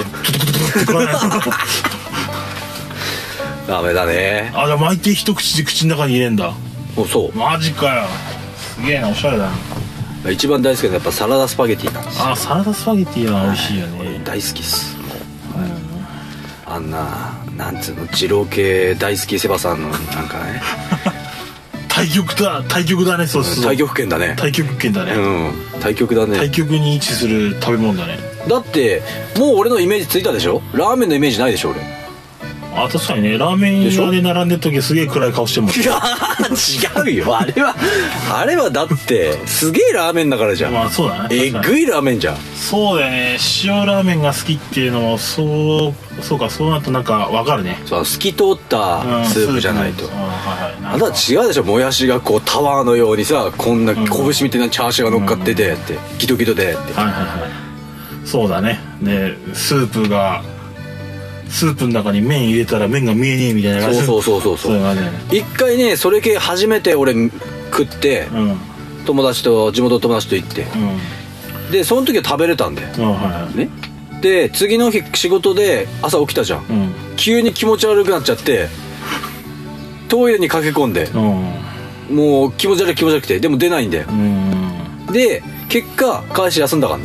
ダメだね。じゃあ巻いて一口で口の中に入れんだ。そう。マジかよ。すげえな、おしゃれだな。一番大好きなのはやっぱサラダスパゲティなんですよ。サラダスパゲティは美味しいよね。大好きっす。あんななんつうの、二郎系大好きセバさんのなんかね。対極だね。そうそう。太極拳だね。太極拳だね。太極だね。太極に位置する食べ物だね。だってもう俺のイメージついたでしょ。ラーメンのイメージないでしょ俺。確かにね、ラーメン屋で並んでる時すげえ暗い顔してもん。いや違うよ、あれはだってすげえラーメンだからじゃん。まあそうだね。えぐいラーメンじゃん。そうだよね。塩ラーメンが好きっていうのもそうか、そうなるとなんかわかるね。そう、透き通ったスープじゃないと。あとは違うでしょ。もやしがこうタワーのようにさ、こんな拳みたいなチャーシューが乗っかっててってギトギトでって。そうだね。でスープの中に麺入れたら麺が見えねえみたいな感じ。そう一回ね、それ系初めて俺食って、地元友達と行って、でその時は食べれたんだよね。で次の日仕事で朝起きたじゃん、急に気持ち悪くなっちゃってトイレに駆け込んで、もう気持ち悪くて、でも出ないんだよ。で結果会社休んだからね。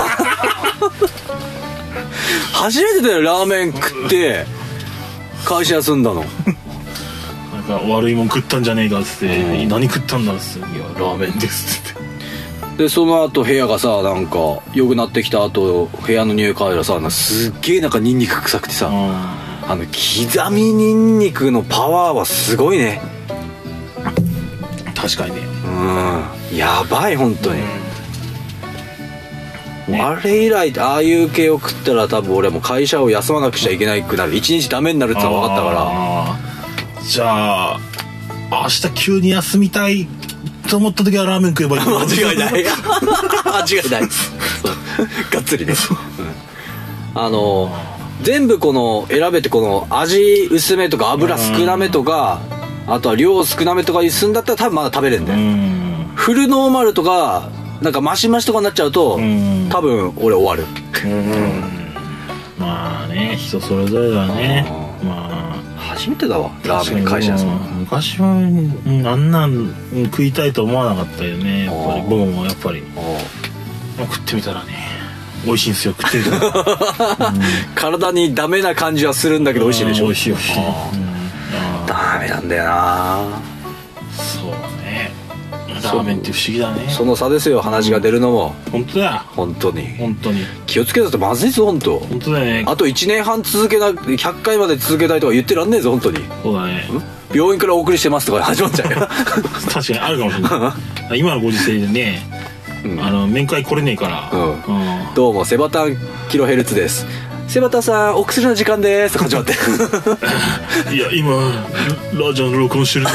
初めてだよ、ラーメン食って会社休んだの。なんか悪いもん食ったんじゃねえかっつって、何食ったんだっつって、いやラーメンですって。でその後部屋がさ、なんか良くなってきた後部屋の匂い嗅いだらさ、すっげえなんかニンニク臭くてさ、刻みニンニクのパワーはすごいね。確かにね。やばい本当に。 ね、 あれ以来ああいう系を食ったら多分俺も会社を休まなくちゃいけないくなる、一日ダメになるってのが分かったから。 じゃあ明日急に休みたいと思った時はラーメン食えばいい。 間違いない間違いないがっつりね、全部この選べて、この味薄めとか油少なめとか、あとは量少なめとかにすんだったら多分まだ食べれるんだよ。フルノーマルとかなんかマシマシとかになっちゃうと多分俺終わる。 まあね、人それぞれだね。まあ初めてだわラーメン会社ですもん。 昔はあんなん食いたいと思わなかったよね、やっぱり。僕もやっぱり食ってみたらね美味しいんですよ。食ってみたら体にダメな感じはするんだけど美味しいでしょ。 美味しい美味しい。 ダメなんだよな。 そうね、ラーメンって不思議だね。 その差ですよ、話が出るのも。 本当だ、 本当に気をつけたとまずいぞ本当。 本当だよね。 あと1年半続けな、100回まで続けたいとか言ってらんねえぞ本当に。 そうだね。 病院からお送りしてますとか始まっちゃうよ確かにあるかもしれない今のご時世でね、面会来れねえから、 どうもセバタンキロヘルツです、セバタさんお薬の時間ですとか始まっていや今ラジオの録音してる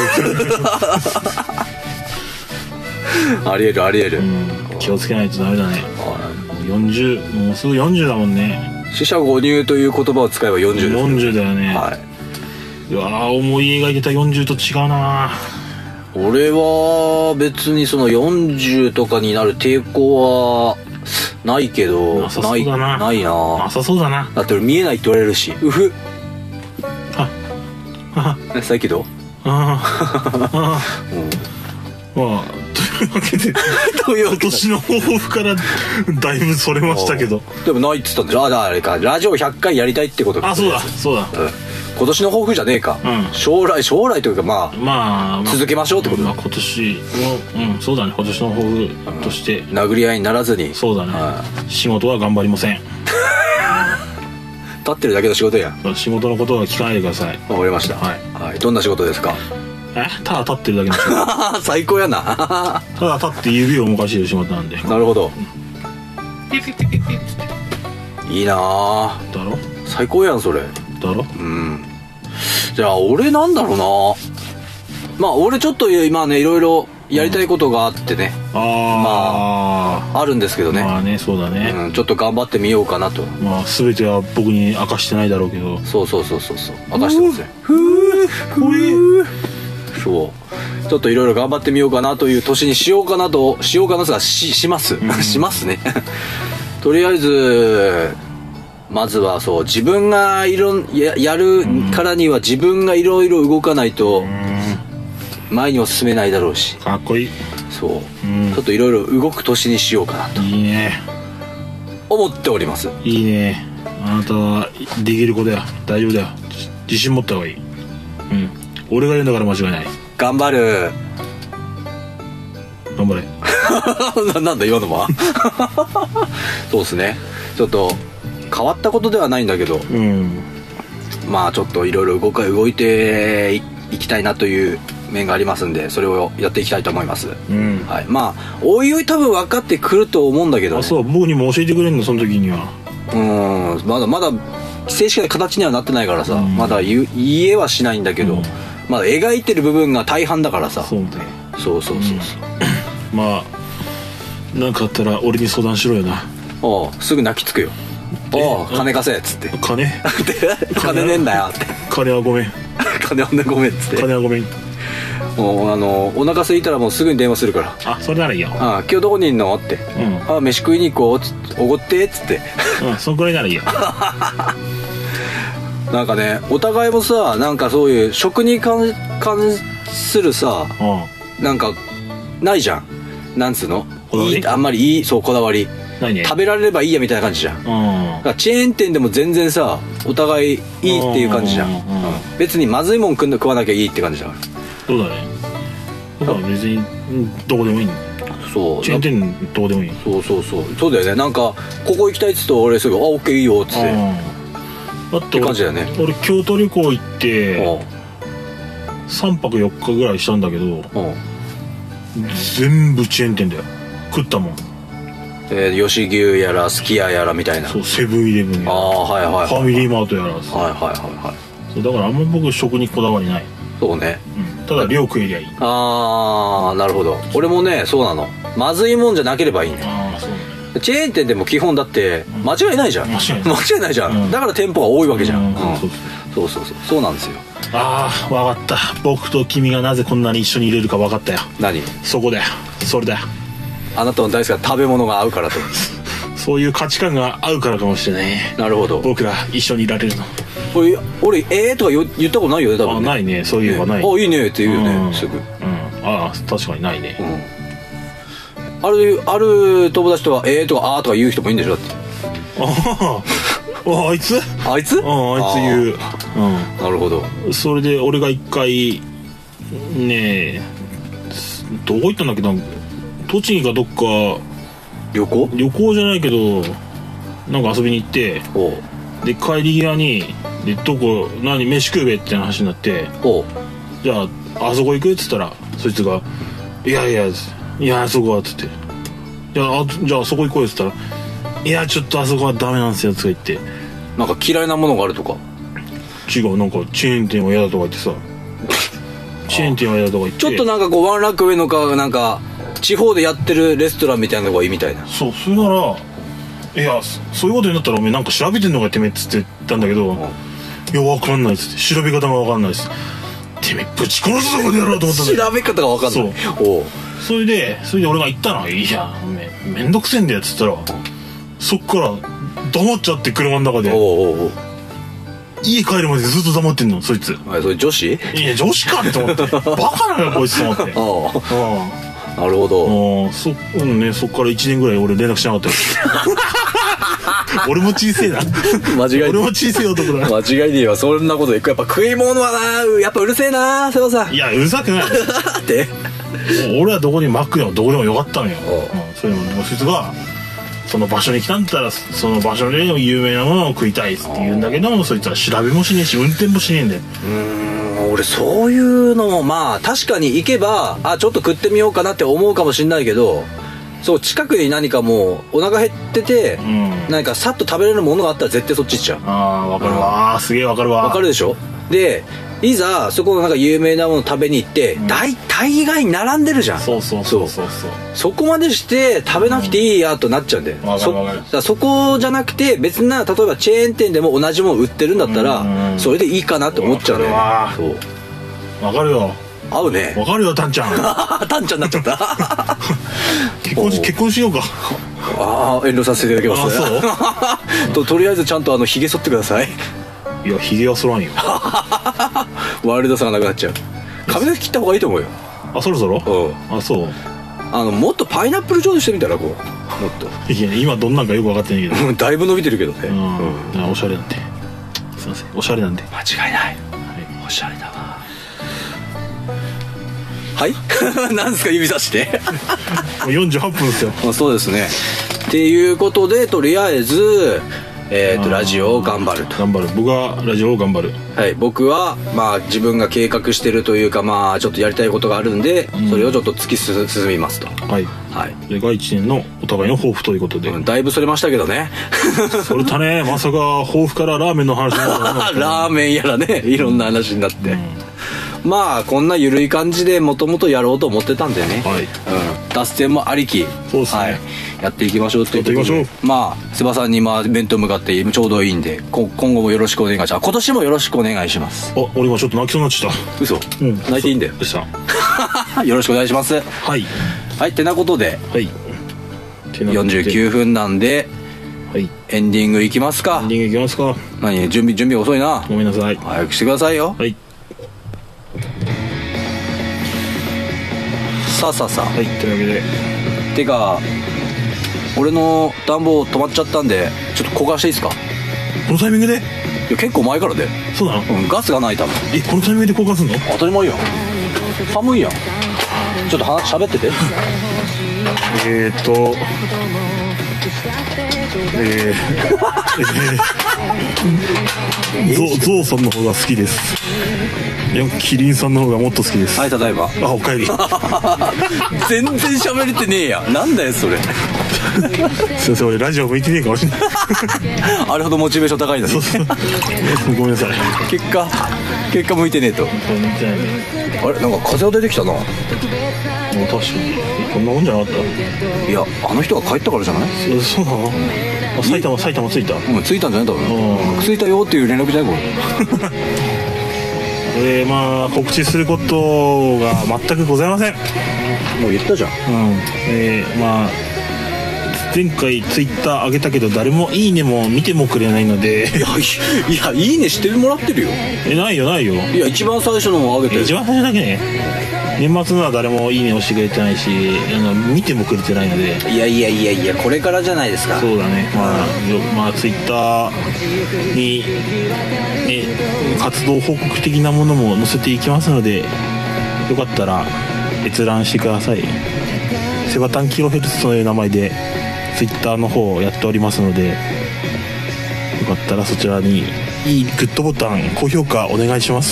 ありえるありえる、 気をつけないとダメだね。40、もうすぐ40だもんね。 四捨五入という言葉を使えば40です。 40だよね。 はい。 うわー、思い描いてた40と違うな。 俺は別にその40とかになる抵抗はないけど、 なさそうだな。 ないな。 なさそうだな。 だって俺見えないって言われるし、うふ。 あ、 最近どう？ まあというわけで今年の抱負からだいぶそれましたけど、 でもないっつったんでしょ。あれか、ラジオ100回やりたいってことか。 あ、そうだそうだ、 今年の抱負じゃねえか、将来というかまあ続けましょうってことだ。 今年のそうだね、今年の抱負として殴り合いにならずに。 そうだね、仕事は頑張りません。 立ってるだけの仕事や。 仕事のことは聞かないでください。 わかりました。はい。どんな仕事ですか？ ただ立ってるだけの仕事。 最高やな。 ただ立って指を動かしてる仕事なんで。 なるほど。いいなあ。 だろ？ 最高やんそれ。 だろ？ じゃあ俺なんだろうな。まあ俺ちょっと今ねいろいろやりたいことがあってね、あるんですけどね。 まあね、そうだね、 ちょっと頑張ってみようかなと。 まあ全ては僕に明かしてないだろうけど。 そう明かしてますね。そうちょっといろいろ頑張ってみようかなという年にしようかなさしますしますねとりあえずまずはそう自分がやるからには自分がいろいろ動かないと前には進めないだろうし。 かっこいい。 そう、ちょっといろいろ動く年にしようかなと。 いいね。 思っております。 いいね。あなたはできる子だよ。大丈夫だよ。自信持った方がいい。俺が言うんだから間違いない。 頑張る。 頑張れ。 なんだ今のはそうですね。ちょっと変わったことではないんだけど、まあちょっといろいろ動いていきたいなという面がありますんで、それをやっていきたいと思います。はい。まあおいおい多分分かってくると思うんだけど、ね。 そう、僕にも教えてくれるのその時には。 まだ正式な形にはなってないからさ、まだ言えはしないんだけど、まだ描いてる部分が大半だからさ。 そうね。そう。まあなんかあったら俺に相談しろよな。 すぐ泣きつくよ。金貸せっつって。金ねえんだよって。 金はごめん。 金はごめんっつって。 金はごめん。 もうお腹空いたらもうすぐに電話するから。 それならいいよ。 今日どこにいんのって。飯食いに行こうおごってっつって。 そんくらいならいいよ。 なんかね、お互いもさ、なんかそういう食に関するさ、なんかないじゃん。なんつうの？あんまりこだわり。食べられればいいやみたいな感じじゃん。だからチェーン店でも全然さ、お互いいいっていう感じじゃん。別にまずいもん食わなきゃいいって感じだから。 そうだね。だから別にどこでもいいの。そう。チェーン店どこでもいい。 そうだよね。なんかここ行きたいっつうと俺すぐオッケーいいよっつって。って感じだよね。俺京都旅行行って3泊4日ぐらいしたんだけど、全部チェーン店だよ。食ったもん。 吉牛やらすき家やらみたいな。 そう、セブンイレブンやら、 はいはい、 ファミリーマートやら、 はいはいはい。 そうだからあんま僕食にこだわりない。 そうね、 ただ量食えりゃいい。 ああ、なるほど。俺もねそうなの。まずいもんじゃなければいいね。 ああ、そうね。 チェーン店でも基本だって間違いないじゃん。間違いないじゃん。だから店舗が多いわけじゃん。そうなんですよ。 ああ、分かった。僕と君がなぜこんなに一緒に入れるか分かったよ。 何？ そこだよ。それだよ。 あなたの大好きな食べ物が合うからと。 そういう価値観が合うからかもしれない。 なるほど。 僕ら一緒にいられるの。 俺とか言ったことないよね多分ね。 あ、ないね。そういえばない。 あ、いいねって言うよね、すぐ。 ああ、確かにないね。 ある友達とはとかとか言う人もいいんでしょだって。 あいつあいつ言う。なるほど。 それで俺が一回ねえ、どこ行ったんだっけな、栃木かどっか旅行じゃないけどなんか遊びに行って、で帰り際にで飯食うべって話になって、じゃああそこ行くっつったら、そいつがいやあそこはっつって、じゃあそこ行こうよっつったら、いやちょっとあそこはダメなんですよとか言って、 なんか嫌いなものがあるとか。 違う、なんかチェーン店は嫌だとか言ってさチェーン店は嫌だとか言って、 ちょっとなんかこうワンランク上のか、なんか地方でやってるレストランみたいなのがいいみたいな。 そう、それならいやそういうことになったらお前なんか調べてんのかてめえっつって言ったんだけど、いやわかんないっつって、調べ方がわかんないっつって、てめえぶち殺すぞこの野郎と思ったんだよ。 調べ方がわかんない。 それで俺が言ったの、いやめんどくせえんだよっつったら、そっから黙っちゃって、車の中で家帰るまでずっと黙ってんのそいつ。 それ女子？ いや女子かって思ってバカなのよこいつと思って。 なるほど。 そっから1年ぐらい俺連絡しなかったよ俺も小せえな俺も小せえ男だ。 間違いねえわ。そんなことでやっぱ食い物はな、やっぱうるせえな、瀬尾さん。 いやうるさくないって俺はどこにマックでもどこでもよかったのよ。それもそいつがその場所に来たんだったら、その場所で有名なものを食いたいって言うんだけども、そいつは調べもしねえし運転もしねえんだよ。 俺そういうのもまあ確かに行けばちょっと食ってみようかなって思うかもしれないけど、そう近くに何かもうお腹減ってて、何かさっと食べれるものがあったら絶対そっち行っちゃう。 わかるわ。すげえわかるわ。 わかるでしょ。でいざそこのなんか有名なもの食べに行って、大概並んでるじゃん。 そうそこまでして食べなくていいやとなっちゃうんだよ。そこじゃなくて別な、例えばチェーン店でも同じもの売ってるんだったらそれでいいかなって思っちゃうんだよ。 わかるよ。 合うね。 わかるよタンちゃんタンちゃんになっちゃった結婚しようか。 遠慮させていただきます。とりあえずちゃんとひげ剃ってください。 いやヒゲは剃らんよワイルドさがなくなっちゃう。髪の毛切った方がいいと思うよ。 そろそろ。そう。 もっとパイナップル状にしてみたら、こうもっと。 いや今どんなんかよく分かってないけどだいぶ伸びてるけどね。 おしゃれなんで、すいません、おしゃれなんで。 間違いない、おしゃれだわ。はいなんですか指さしてもう48分ですよ。 そうですね。っていうことでとりあえずラジオを頑張ると。 僕はラジオを頑張る。 はい、僕はまあ自分が計画してるというか、まあちょっとやりたいことがあるんで、それをちょっと突き進みますと。 はい。それが1年のお互いの抱負ということで。 だいぶそれましたけどね。 それたね、まさか抱負からラーメンの話になったラーメンやらね、いろんな話になって。まあこんな緩い感じでもともとやろうと思ってたんでね、脱線もありき、 そうですね、 やっていきましょうっていうことで、まあ瀬場さんに面と向かってちょうどいいんで、今後もよろしくお願いします。今年もよろしくお願いします。 俺今ちょっと泣きそうになっちゃった。 嘘、泣いていいんだよ。よろしくお願いします。はいってなことで、49分なんでエンディングいきますか。何準備遅いな。 ごめんなさい。 早くしてくださいよ。さあというわけで、 てか俺の暖房止まっちゃったんでちょっと交換していいですか。 このタイミングで？いや結構前からで。 そうなの？ ガスがない多分。 このタイミングで交換すんの？ 当たり前やん。寒いやん。ちょっと喋ってて。 ゾウさんの方が好きです。 いやキリンさんの方がもっと好きです。 はい、ただいま。 あ、おかえり。 全然喋れてねえや。なんだよそれ。 すいません、俺ラジオ向いてねえかもしれない。 あれほどモチベーション高いのに。 そうそうごめんなさい。 結果向いてねえと。あれ、なんか風が出てきたな。 もう確かにこんなもんじゃなかった。 いや、あの人が帰ったからじゃない？ そうなの？あ、埼玉着いた。 うん、着いたんじゃない多分。着いたよっていう連絡じゃないこれ。 まあ告知することが全くございません。 もう言ったじゃん。 まあ前回ツイッター上げたけど誰もいいねも見てもくれないので。 いやいいねしてもらってるよ。 ないよ。 いや、一番最初のも上げて。 一番最初だけね。年末のは誰もいいね押してくれてないし、見てもくれてないので。 いやこれからじゃないですか。 そうだね。まあツイッターに、活動報告的なものも載せていきますので、よかったら閲覧してください。セバタンキロヘルツという名前でツイッターの方をやっておりますので、よかったらそちらにいいグッドボタン、高評価お願いします。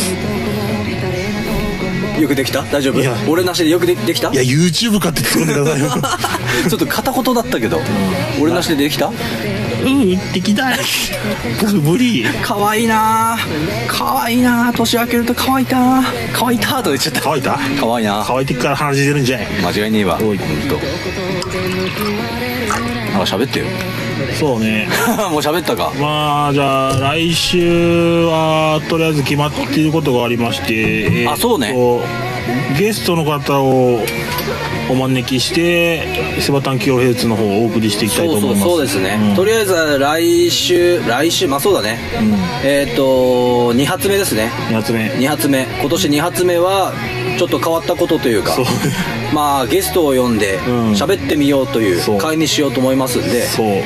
よくできた？大丈夫？俺なしでよくできた？ いや YouTube かって突っ込んでくださいよ。 ちょっと片言だったけど、俺なしでできた？ できない。僕無理。 可愛いな年明けると乾いたと言っちゃった。 乾いた？ 可愛いな。 乾いてから話してるんじゃない？ 間違いねえわ。 おい、 なんか喋ってよ。 そうね。 もう喋ったか。 まあじゃあ来週はとりあえず決まっていることがありまして、 そうね。 ゲストの方をお招きしてセバタンキロヘルツの方をお送りしていきたいと思います。 そうですね、とりあえず来週まあそうだね、2発目ですね。2発目今年2発目はちょっと変わったことというか、まあゲストを呼んで喋ってみようという会にしようと思いますんで、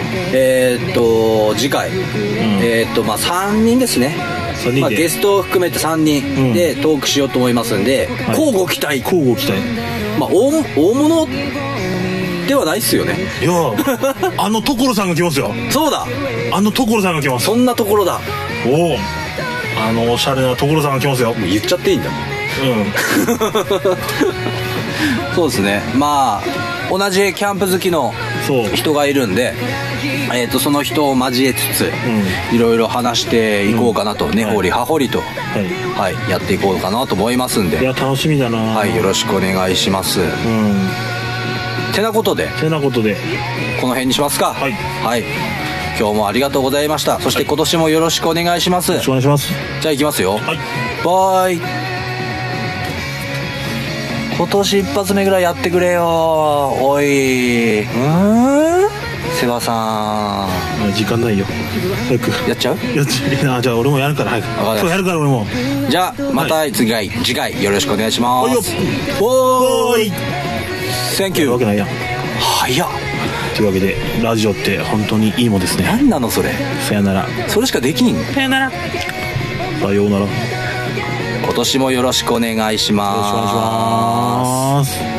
次回、まあ3人ですね。まあ、ゲストを含めて3人でトークしようと思いますんで、交互期待。まあ大物ではないっすよね。 いや所さんが来ますよ。 そうだ、 所さんが来ます。 そんなところだ。 おしゃれな所さんが来ますよ。 もう言っちゃっていいんだ。そうですね。まあ同じキャンプ好きの人がいるんで、その人を交えつつ、いろいろ話していこうかなと、根掘り葉掘りと、やっていこうかなと思いますんで。 いや楽しみだな。 はい、よろしくお願いします。てなことでこの辺にしますか。はい、今日もありがとうございました。そして今年もよろしくお願いします。よろしくお願いします。じゃあ行きますよ。バイ。今年一発目ぐらいやってくれよ。おい。セバさん。 時間ないよ。早く。 やっちゃう？ じゃあ俺もやるから早く。そうやるから俺も。 じゃあまた次回よろしくお願いします。 おーい。 Thank you。 わけないやん。 早っ。 というわけでラジオって本当にいいもんですね。 何なのそれ。 さよなら。 それしかできん。 さよなら。さようなら。 今年もよろしくお願いします。